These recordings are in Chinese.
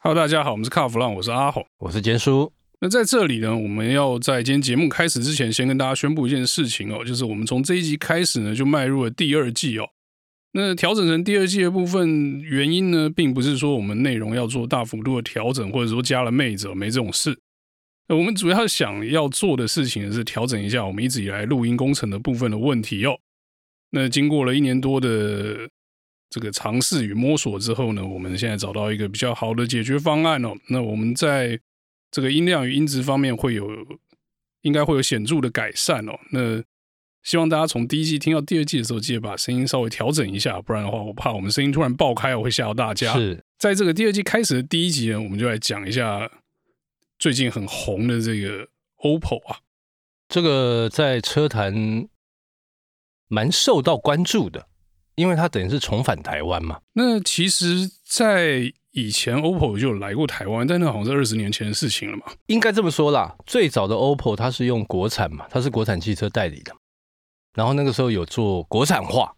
Hello， 大家好，我们是卡弗浪，我是阿宏， 我是坚叔。 那在这里呢，我们要在今天节目开始之前，先跟大家宣布一件事情哦，就是我们从这一集开始呢，就迈入了第二季哦。那调整成第二季的部分原因呢，并不是说我们内容要做大幅度的调整，或者说加了妹子，没这种事。我们主要想要做的事情是调整一下我们一直以来录音工程的部分的问题哦。那经过了1年多的这个尝试与摸索之后呢，我们现在找到一个比较好的解决方案哦。那我们在这个音量与音质方面应该会有显著的改善哦。那希望大家从第一季听到第二季的时候，记得把声音稍微调整一下，不然的话，我怕我们声音突然爆开，我会吓到大家。 是在这个第二季开始的第一集呢，我们就来讲一下最近很红的这个 OPPO 啊， 这个在车坛蛮受到关注的，因为它等于是重返台湾嘛。 那其实在以前 OPPO 就有来过台湾，但那好像是20年前的事情了嘛。 应该这么说啦，最早的 OPPO 它是用国产嘛，它是国产汽车代理的，然后那个时候有做国产化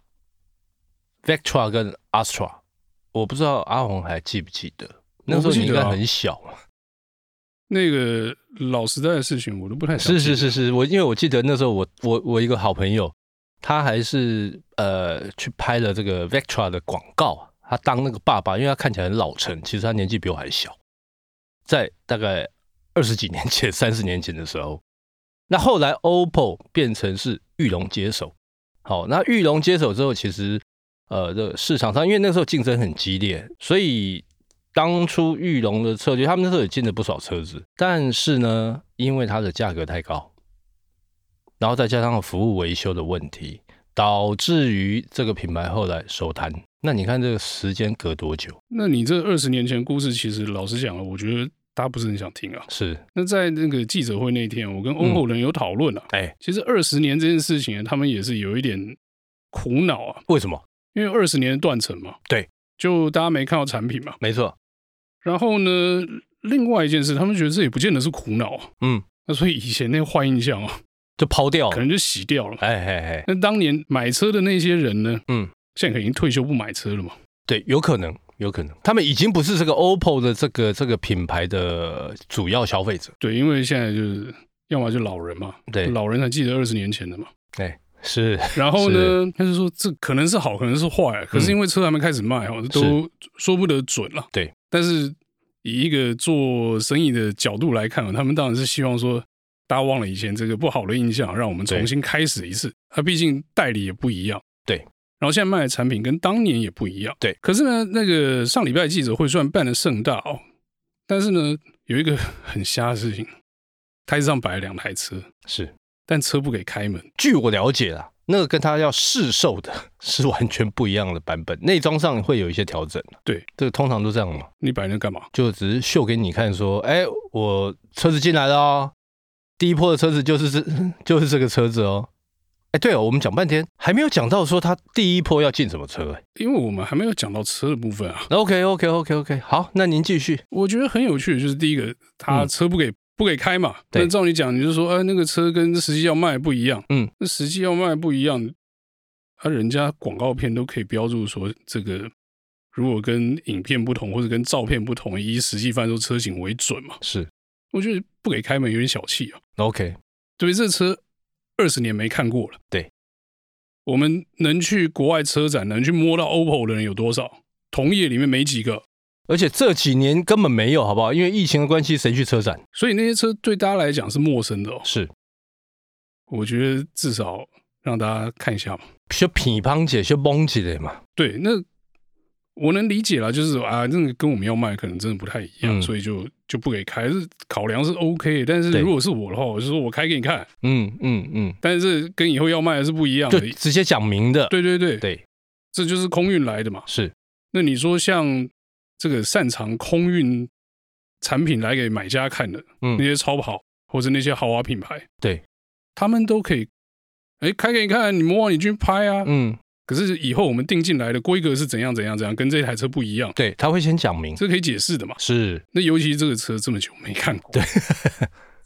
Vectra 跟 Astra， 我不知道阿宏还记不记得，那时候你应该很小嘛。 那个老时代的事情我都不太想记得。 是，因为我记得那时候我一个好朋友，他还是去拍了这个 Vectra 的广告，他当那个爸爸，因为他看起来很老成，其实他年纪比我还小，在大概20几年前、30年前的时候。那后来 OPPO 变成是裕隆接手，好，那裕隆接手之后，其实这市场上因为那时候竞争很激烈，所以当初裕隆的策略，他们那时候也进了不少车子，但是呢，因为它的价格太高，然后再加上服务维修的问题，导致于这个品牌后来收摊。那你看这个时间隔多久？ 那你这20年前的故事，其实老实讲，我觉得大家不是很想听啊。 是。 那在那个记者会那天，我跟 OPPO 人有讨论啊。其实20年这件事情，他们也是有一点苦恼啊。 为什么？ 因为20年的断层嘛。 对。 就大家没看到产品嘛。 没错。 然后呢，另外一件事，他们觉得这也不见得是苦恼啊。那所以以前那个坏印象啊， 就抛掉了， 可能就洗掉了。 那当年买车的那些人呢，现在可能已经退休不买车了嘛。 对，有可能，他们已经不是这个 OPPO 的这个品牌的主要消费者。 对，因为现在就是要么就老人嘛，对，老人才记得20年前的嘛。 是。 然后呢，他就说这可能是好，可能是坏，可是因为车还没开始卖，都说不得准了。 对， 但是以一个做生意的角度来看，他们当然是希望说，大家忘了以前这个不好的印象，让我们重新开始一次。毕竟代理也不一样。对。然后现在卖的产品跟当年也不一样。对。可是呢，那个上礼拜记者会虽然办得盛大哦，但是呢，有一个很瞎的事情，台子上摆了2台车。是。但车不给开门。 据我了解啦，那个跟他要试售的是完全不一样的版本，内装上会有一些调整。对，这个通常都这样嘛。 你摆那干嘛？ 就只是秀给你看说，我车子进来了哦，第一波的车子就是这个车子哦。对哦，我们讲半天还没有讲到说他第一波要进什么车。 因为我们还没有讲到车的部分啊。 OK， 好，那您继续。 我觉得很有趣的就是第一个，他车不给开嘛。那照你讲，你就说，那个车跟实际要卖不一样。那实际要卖不一样，人家广告片都可以标注说，这个如果跟影片不同或者跟照片不同，以实际贩售车型为准嘛。是，我觉得不给开门有点小气啊。OK， 对，这车20年没看过了。对，我们能去国外车展，能去摸到 OPPO 的人有多少？同业里面没几个。 而且这几年根本没有，好不好？因为疫情的关系，谁去车展？ 所以那些车对大家来讲是陌生的哦。是，我觉得至少让大家看一下嘛， 就乒乓姐就懵起来嘛。 对，那我能理解啦，就是这个跟我们要卖可能真的不太一样，所以就不给开，是考量是 OK 的。但是如果是我的话，我就说我开给你看。但是这跟以后要卖的是不一样的， 就直接讲明的。 对，这就是空运来的嘛。是，那你说像这个擅长空运产品来给买家看的，那些超跑或者那些豪华品牌，对，他们都可以，开给你看，你摸你去拍啊。可是以后我们定进来的规格是怎样，跟这台车不一样。对， 他会先讲明， 这可以解释的嘛。是，那尤其这个车这么久没看过，对，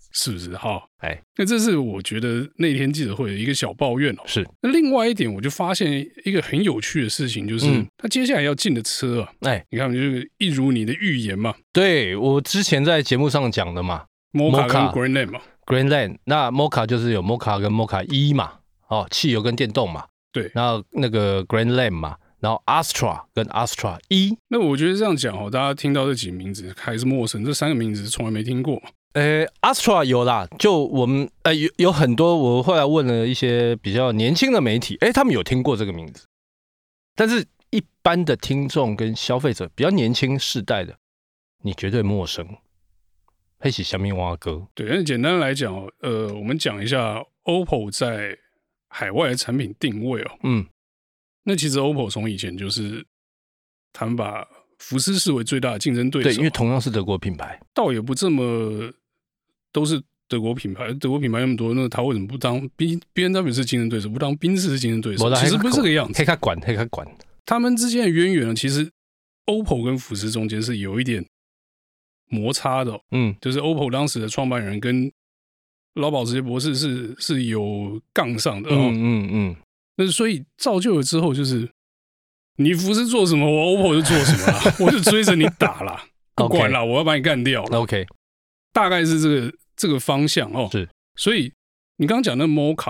是不是？好， 哎， 那这是我觉得那天记者会的一个小抱怨哦。 是。 那另外一点，我就发现一个很有趣的事情，就是他接下来要进的车啊， 哎， 你看，就是一如你的预言嘛。 对，我之前在节目上讲的嘛 ，Mocha 跟 Grandland 嘛 ，Grandland， 那 Mocha 就是有 Mocha 跟 Mocha 1嘛，哦，汽油跟电动嘛， 对， 然后那个 Grandland 嘛，然后 Astra 跟 Astra 1。 那我觉得这样讲哦，大家听到这几个名字还是陌生，这3个名字从来没听过嘛。 Astra 有啦，就我们有很多，我后来问了一些比较年轻的媒体，他们有听过这个名字，但是一般的听众跟消费者比较年轻世代的，你绝对陌生。黑起下面蛙哥， 对，那简单来讲哦，我们讲一下 OPPO 在海外的产品定位哦。那其实 OPPO 从以前就是他们把福斯视为最大的竞争对手， 对，因为同样是德国品牌， 倒也不这么都是德国品牌，德国品牌那么多，那他为什么不当 BMW 是竞争对手，不当宾士是竞争对手？其实不是这个样子。 黑卡管， 他们之间的渊源呢，其实 OPPO 跟福斯中间是有一点摩擦的、就是 OPPO 当时的创办人跟老保时捷博士是有杠上的那所以造就了之后，就是你福斯做什么，我 OPPO 就做什么啦，我就追着你打啦，不管啦，我要把你干掉啦。 OK， 大概是这个方向哦。 是， 所以你刚刚讲的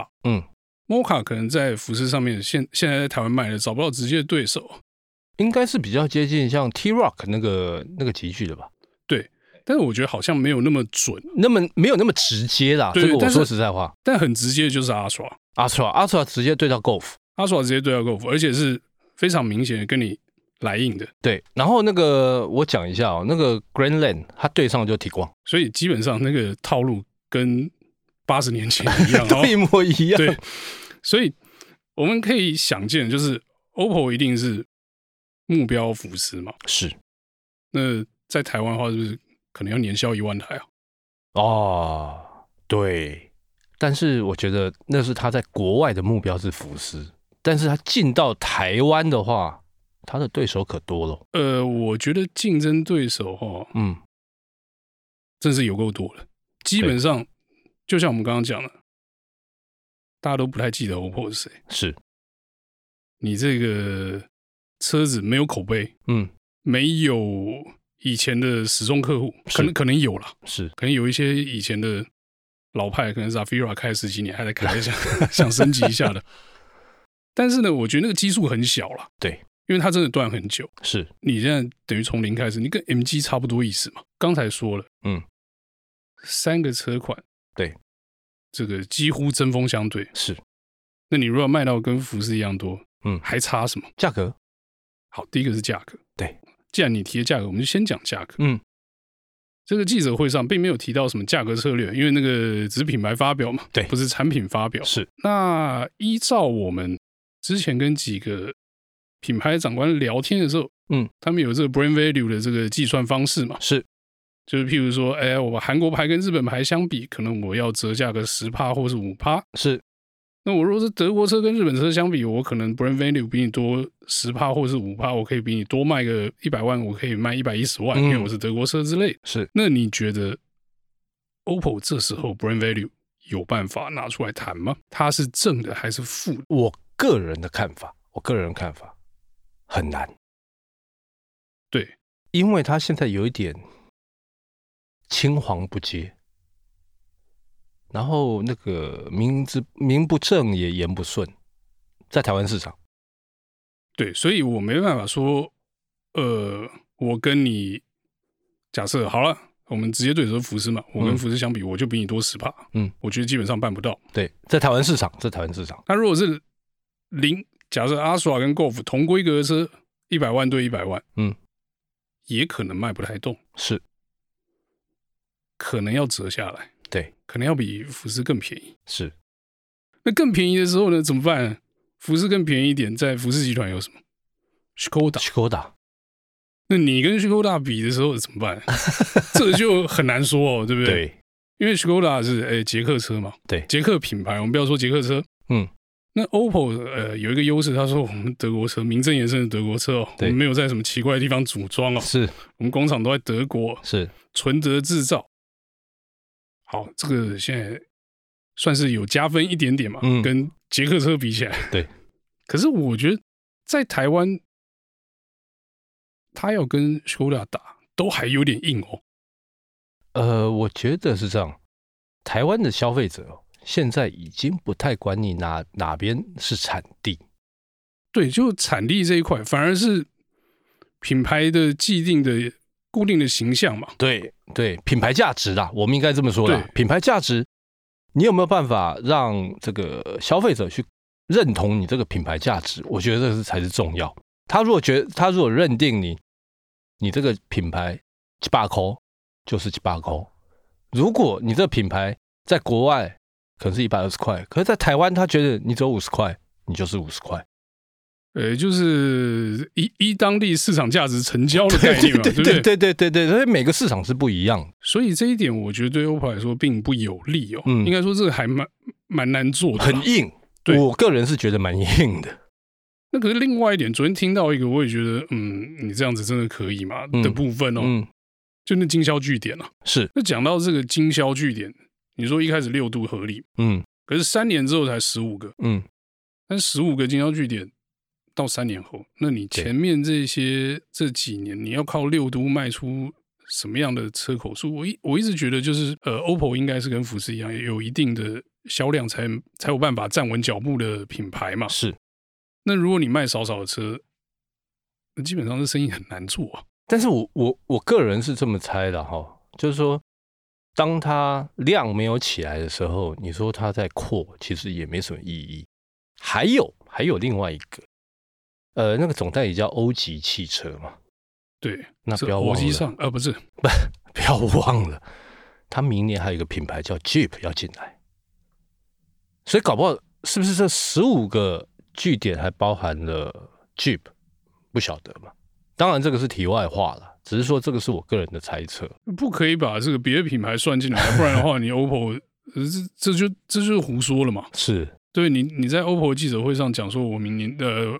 Mocha，Mocha 可能在福斯上面现在在台湾卖的找不到直接的对手， 应该是比较接近像 T-Roc 那个级距的吧？ 对，但是我觉得好像没有那么准， 没有那么直接啦。这个我说实在话， 但很直接的就是 Astra 直接对到 Golf， 直接对到 Golf， 而且是非常明显的跟你来硬的。 对，然后那个我讲一下那个 Grandland 它对上就提光， 所以基本上那个套路跟80年前一样， 一模一样。 对，所以我们可以想见，就是 OPPO 一定是目标福斯嘛。 是， 那在台湾的话，是不是可能要年销1万台啊？ 对，但是我觉得那是他在国外的目标是福斯，但是他进到台湾的话，他的对手可多了。 我觉得竞争对手真是有够多了。基本上，就像我们刚刚讲的，大家都不太记得 OPPO 是谁。 是， 你这个车子没有口碑，没有以前的始终客户，可能有啦， 是， 可能有一些以前的老派，可能 Zafira 开了10几年，还在开一下，想升级一下的。但是呢，我觉得那个基数很小啦， 对， 因为它真的断很久。 是， 你现在等于从零开始，你跟 MG 差不多意思嘛。刚才说了，3个车款， 对， 这个几乎针锋相对。 是， 那你如果卖到跟福斯一样多，还差什么？ 价格。 好，第一个是价格。 对， 既然你提的价格，我们就先讲价格。这个记者会上并没有提到什么价格策略，因为那个只是品牌发表嘛， 对， 不是产品发表。 是。 那依照我们之前跟几个品牌长官聊天的时候，他们有这个 brand value 的这个计算方式嘛？ 是， 就是譬如说，我把韩国牌跟日本牌相比，可能我要折价个10%或是5%。 是。 那我如果是德国车跟日本车相比，我可能 brand value 比你多10%或是5%，我可以比你多卖个100万，我可以卖110万，因为我是德国车之类的。 是。 那你觉得 OPPO 这时候 brand value 有办法拿出来谈吗？它是正的还是负的？ 我个人看法很难。 对， 因为它现在有一点青黄不接。然后那个名不正也言不顺，在台湾市场， 对，所以我没办法说，我跟你假设好了，我们直接对手是福斯嘛，我跟福斯相比，我就比你多10%，我觉得基本上办不到。 对，在台湾市场， 那如果是假设 Astra 跟 Golf 同规格的车，100万对100万，也可能卖不太动， 是， 可能要折下来。 对， 可能要比福斯更便宜。 是， 那更便宜的时候呢？怎么办呢？福斯更便宜一点，在福斯集团有什么 ？Škoda。那你跟 Škoda 比的时候怎么办？这个就很难说对不对？ 对， 因为 Škoda 是捷克车嘛， 对， 捷克品牌，我们不要说捷克车。那 OPPO 有一个优势，他说我们德国车名正言顺的德国车我们没有在什么奇怪的地方组装是， 我们工厂都在德国， 是， 纯德制造。 好，这个现在算是有加分一点点嘛，跟捷克车比起来。 对， 可是我觉得在台湾，他要跟 Škoda 打，都还有点硬哦。 我觉得是这样，台湾的消费者现在已经不太管你哪边是产地。 对，就产地这一块，反而是品牌的既定的固定的形象嘛。 对对，品牌价值啦，我们应该这么说啦。品牌价值，你有没有办法让这个消费者去认同你这个品牌价值？我觉得这才是重要。他如果认定你这个品牌700块就是700块，如果你这个品牌在国外可能是120块，可是在台湾他觉得你只有50块，你就是50块。 就是依当地市场价值成交的概念嘛，对不对？ 对，所以每个市场是不一样的。 所以这一点我觉得对 OPPO 来说并不有利哦。应该说这个还蛮难做的， 很硬。对，我个人是觉得蛮硬的。 那可是另外一点，昨天听到一个，我也觉得，你这样子真的可以吗？的部分哦，就那经销据点啊。 是。 那讲到这个经销据点，你说一开始6度合理，可是3年之后才15个，但15个经销据点。到3年后，那你前面这几年，你要靠6都卖出什么样的车口数？我一直觉得就是OPPO 应该是跟福斯一样，有一定的销量才有办法站稳脚步的品牌嘛。 是。 那如果你卖少少的车，那基本上这生意很难做啊。 但是我个人是这么猜的哈，就是说，当它量没有起来的时候，你说它在扩，其实也没什么意义。还有另外一个。那个总代理叫欧吉汽车嘛， 对， 那不要忘了， 不是， 不要忘了，他明年还有一个品牌叫 Jeep 要进来，所以搞不好是不是这15个据点还包含了 Jeep， 不晓得嘛。当然这个是题外话了，只是说这个是我个人的猜测， 不可以把这个别的品牌算进来，不然的话你 OPPO 这就是胡说了嘛。 是， 对，你在 OPPO 记者会上讲说，我明年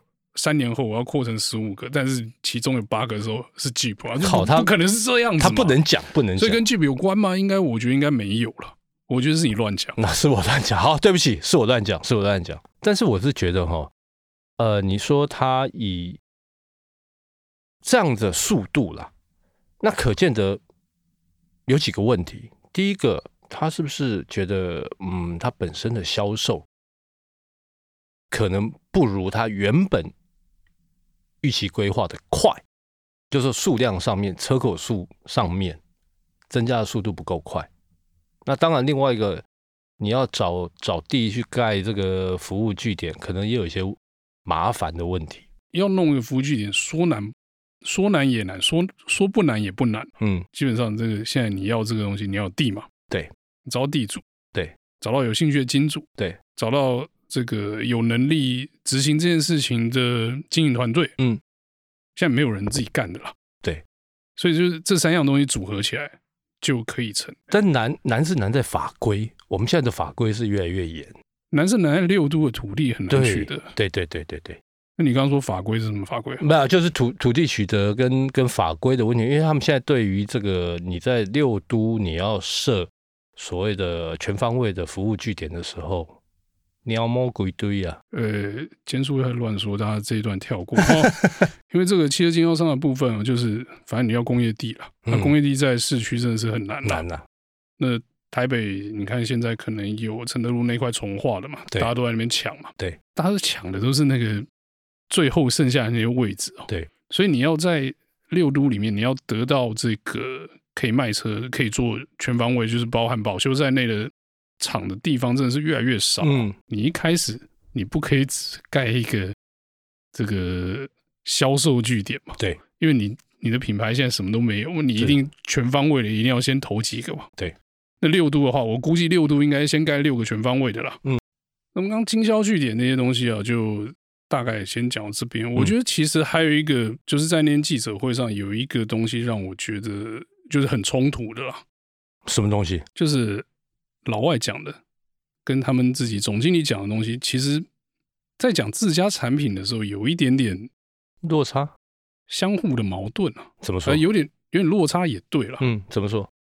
3年后我要扩成15个，但是其中有8个时候是 Jeep 啊，他不可能是这样子嘛， 他不能讲， 所以跟 Jeep 有关吗？我觉得应该没有了，我觉得是你乱讲， 那是我乱讲，好，对不起，是我乱讲，但是我是觉得你说他以这样的速度啦，那可见得有几个问题。第一个，他是不是觉得他本身的销售可能不如他原本预期规划的快，就是数量上面车口数上面增加的速度不够快。那当然另外一个，你要找地去盖这个服务据点，可能也有一些麻烦的问题。 要弄一个服务据点，说难也难，说不难也不难。基本上这个现在你要这个东西，你要有地嘛，对，找到地主，对，找到有兴趣的金主，对，找到这个有能力执行这件事情的经营团队，现在没有人自己干的啦，对，所以就是这3样东西组合起来就可以成。 但难是难在法规，我们现在的法规是越来越严， 难是难在6都的土地很难取得。 对。 那你刚刚说法规是什么法规？ 没有，就是土地取得跟法规的问题，因为他们现在对于这个你在6都你要设所谓的全方位的服务据点的时候。鸟猫鬼堆啊！ 简叔还乱说，大家这一段跳过。因为这个汽车经销商的部分就是反正你要工业地了，那工业地在市区真的是很难啊。那台北你看现在可能有承德路那块重划了嘛，大家都在那边抢嘛，对，大家抢的都是那个最后剩下的那些位置哦。对，所以你要在6都里面，你要得到这个可以卖车、可以做全方位，就是包含保修在内的。厂的地方真的是越来越少。你一开始你不可以只盖一个这个销售据点嘛？对，因为你的品牌现在什么都没有，你一定全方位的一定要先投几个嘛。对，那6都的话，我估计6都应该先盖6个全方位的啦。那么刚经销据点那些东西啊，就大概先讲到这边。我觉得其实还有一个，就是在那天记者会上有一个东西让我觉得就是很冲突的啦。 什么东西？ 就是老外讲的跟他们自己总经理讲的东西，其实在讲自家产品的时候有一点点落差， 相互的矛盾啊。 怎么说？ 有点落差也对了。 怎么说？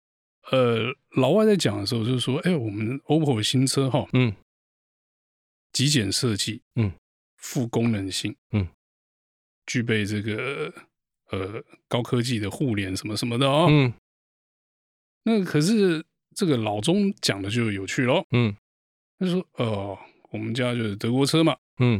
老外在讲的时候就是说，我们 OPPO 的新车哈，极简设计，富功能性，具备这个高科技的互联什么什么的哦，那可是这个老中讲的就有趣咯，他说我们家就是德国车嘛，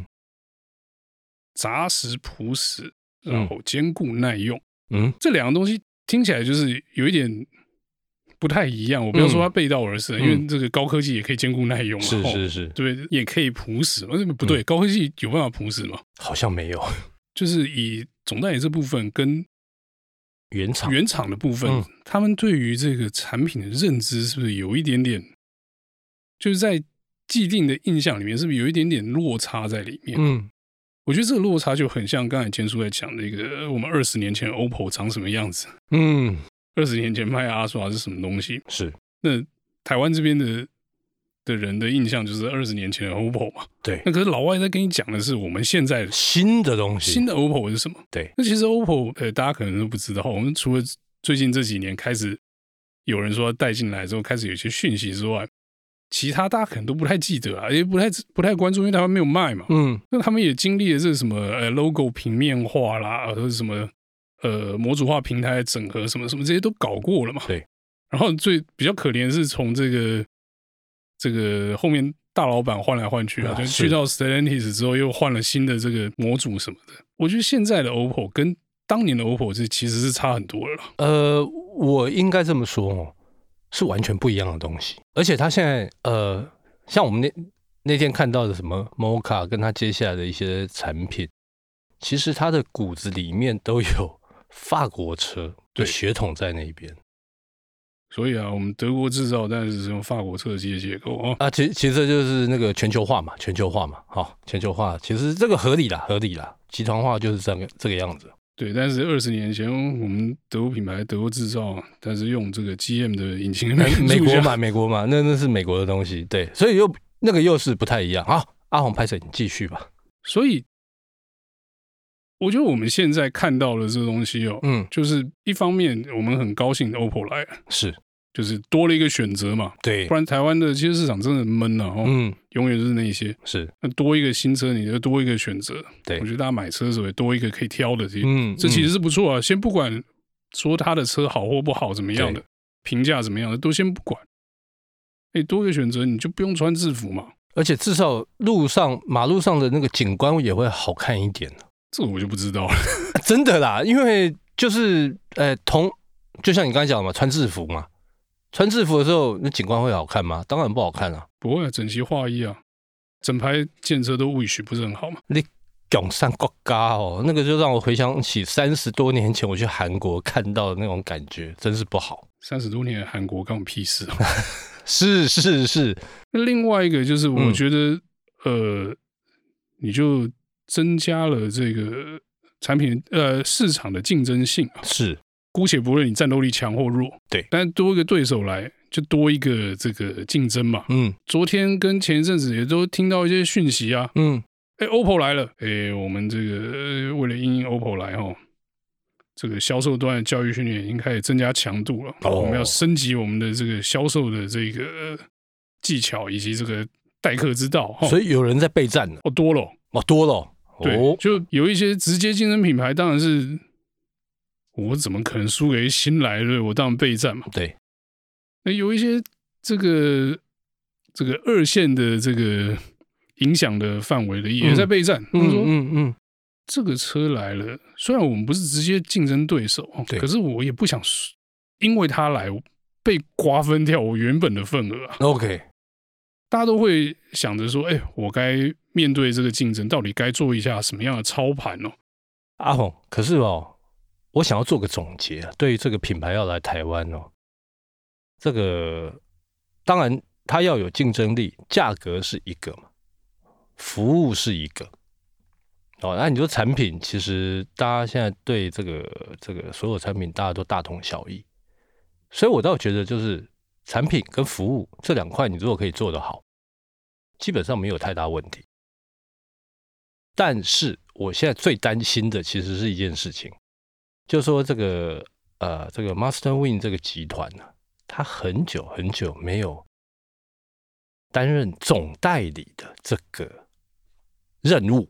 扎实朴实，然后坚固耐用，这两个东西听起来就是有一点不太一样。我不要说它背道而驰，因为这个高科技也可以坚固耐用嘛， 是， 对，也可以朴实嘛，不对，高科技有办法朴实吗？ 好像没有， 就是以总代理这部分跟原厂的部分，他们对于这个产品的认知是不是有一点点，就是在既定的印象里面，是不是有一点点落差在里面？我觉得这个落差就很像刚才坚叔在讲的一个，我们20年前 OPPO 长什么样子，20年前卖阿刷是什么东西？ 是那台湾这边的人的印象就是20年前的 OPPO 嘛， 对。 那可是老外在跟你讲的是我们现在新的东西， 新的 OPPO 是什么？ 对。 那其实 OPPO 大家可能都不知道，我们除了最近这几年开始有人说带进来之后开始有一些讯息之外，其他大家可能都不太记得啊，也不太关注，因为台湾没有卖嘛。那他们也经历了这什么logo 平面化啦，或者什么模组化平台的整合什么什么这些都搞过了嘛。 对。 然后比较可怜的是从这个后面大老板换来换去啊，就去到 Stellantis 之后又换了新的这个模组什么的。我觉得现在的 OPPO 跟当年的 OPPO 这其实是差很多了啦。 我应该这么说哦，是完全不一样的东西。而且他现在像我们那天看到的什么 Mocha 跟他接下来的一些产品，其实它的骨子里面都有法国车的血统在那边。 所以啊，我们德国制造，但是用法国车机的结构啊。 其实就是那个全球化嘛，全球化，其实这个合理啦，集团化就是这个样子。 对，但是20年前我们德国品牌德国制造，但是用这个 GM 的引擎， 美国嘛，那是美国的东西，对，所以又是不太一样。好，阿宏拍摄，你继续吧。 所以我觉得我们现在看到的这个东西就是一方面我们很高兴 OPPO 来了， 是。 就是多了一个选择嘛， 对， 不然台湾的汽车市场真的很闷啊，永远就是那些是。 那多一个新车，你就多一个选择， 对， 我觉得大家买车的时候也多一个可以挑的，这其实是不错啊。先不管说他的车好或不好怎么样的，评价怎么样的，都先不管。多一个选择，你就不用穿制服嘛， 而且至少马路上的那个景观也会好看一点。 这个我就不知道了， 真的啦，因为就是就像你刚才讲的嘛，穿制服嘛。穿制服的时候，那景观会好看吗？当然不好看啊！ 不会啊，整齐划一啊，整排建车都wish不是很好吗？ 你讲上国家哦，那个就让我回想起30多年前我去韩国看到的那种感觉，真是不好。 30多年的韩国干我屁事啊！ 是。 那另外一个就是，我觉得你就增加了这个产品市场的竞争性啊， 是。 姑且不论你战斗力强或弱， 对， 但多一个对手来，就多一个这个竞争嘛。昨天跟前一阵子也都听到一些讯息啊。OPPO 来了，我们这个为了因应 OPPO 来这个销售端的教育训练已经开始增加强度了。我们要升级我们的这个销售的这个技巧以及这个待客之道。 所以有人在备战了。 多了。对，就有一些直接竞争品牌，当然是。我怎么可能输给新来的？我当然备战嘛。 对， 那有一些这个二线的这个影响的范围的也在备战。他说，这个车来了，虽然我们不是直接竞争对手，可是我也不想因为他来被瓜分掉我原本的份额啊。 OK， 大家都会想着说，我该面对这个竞争，到底该做一下什么样的操盘哦？ 阿宏，可是我想要做个总结啊，对于这个品牌要来台湾这个当然它要有竞争力，价格是一个嘛，服务是一个。那你说产品，其实大家现在对这个所有产品大家都大同小异，所以我倒觉得就是产品跟服务这两块，你如果可以做得好，基本上没有太大问题。但是我现在最担心的其实是一件事情。就说这个Master Win 这个集团呢， 他很久很久没有担任总代理的这个任务，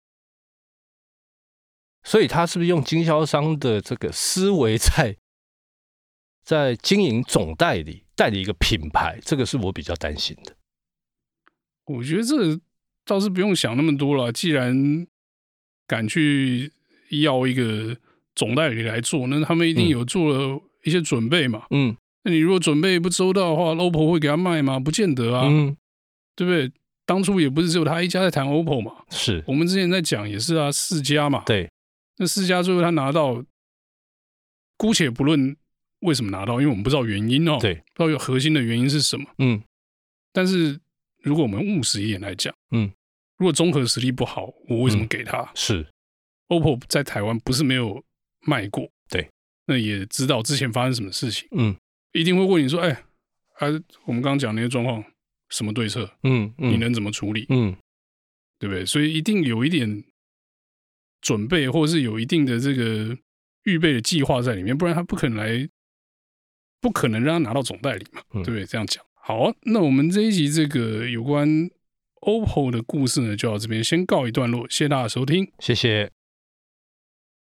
所以他是不是用经销商的这个思维在经营总代理，代理一个品牌？这个是我比较担心的。 我觉得这个倒是不用想那么多了，既然敢去要一个总代理来做，那他们一定有做了一些准备嘛。那你如果准备不周到的话 ，OPPO 会给他卖吗？不见得啊，对不对？当初也不是只有他一家在谈 OPPO 嘛， 是我们之前在讲也是啊，4家嘛。 对， 那4家最后他拿到，姑且不论为什么拿到，因为我们不知道原因哦， 对， 不知道有核心的原因是什么。但是如果我们务实一点来讲，如果综合实力不好，我为什么给他？ 是 OPPO 在台湾不是没有卖过， 对， 那也知道之前发生什么事情，一定会问你说，我们刚刚讲那些状况，什么对策？你能怎么处理？对不对？所以一定有一点准备，或是有一定的这个预备的计划在里面，不然他不可能让他拿到总代理嘛，对不对？这样讲好啊。那我们这一集这个有关 OPPO 的故事呢，就到这边先告一段落，谢谢大家收听， 谢谢。